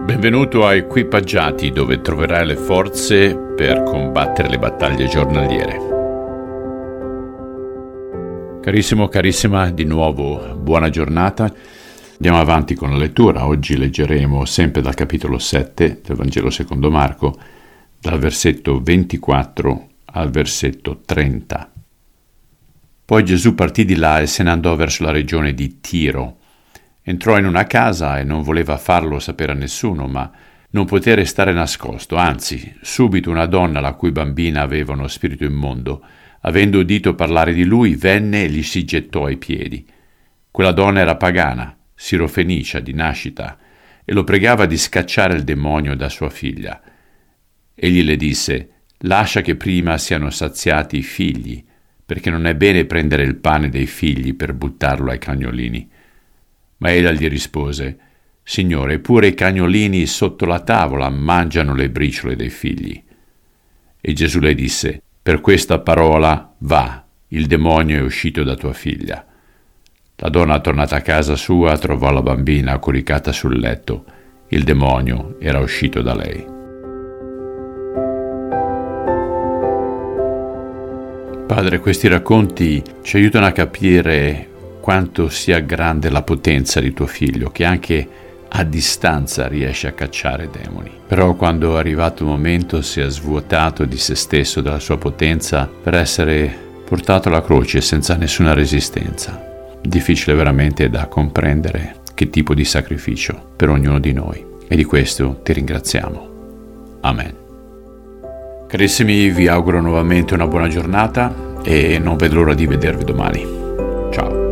Benvenuto a Equipaggiati, dove troverai le forze per combattere le battaglie giornaliere. Carissimo, carissima, di nuovo buona giornata. Andiamo avanti con la lettura. Oggi leggeremo sempre dal capitolo 7 del Vangelo secondo Marco, dal versetto 24 al versetto 30. Poi Gesù partì di là e se ne andò verso la regione di Tiro. Entrò in una casa e non voleva farlo sapere a nessuno, ma non poté restare nascosto. Anzi, subito una donna la cui bambina aveva uno spirito immondo, avendo udito parlare di lui, venne e gli si gettò ai piedi. Quella donna era pagana, sirofenicia di nascita, e lo pregava di scacciare il demonio da sua figlia. Egli le disse: «Lascia che prima siano saziati i figli, perché non è bene prendere il pane dei figli per buttarlo ai cagnolini». Ma ella gli rispose: «Signore, pure i cagnolini sotto la tavola mangiano le briciole dei figli». E Gesù le disse: «Per questa parola va, il demonio è uscito da tua figlia». La donna, tornata a casa sua, trovò la bambina coricata sul letto. Il demonio era uscito da lei. Padre, questi racconti ci aiutano a capire quanto sia grande la potenza di tuo figlio, che anche a distanza riesce a cacciare demoni. Però quando è arrivato il momento si è svuotato di se stesso, della sua potenza, per essere portato alla croce senza nessuna resistenza. Difficile veramente da comprendere che tipo di sacrificio per ognuno di noi. E di questo ti ringraziamo. Amen. Carissimi, vi auguro nuovamente una buona giornata e non vedo l'ora di vedervi domani. Ciao.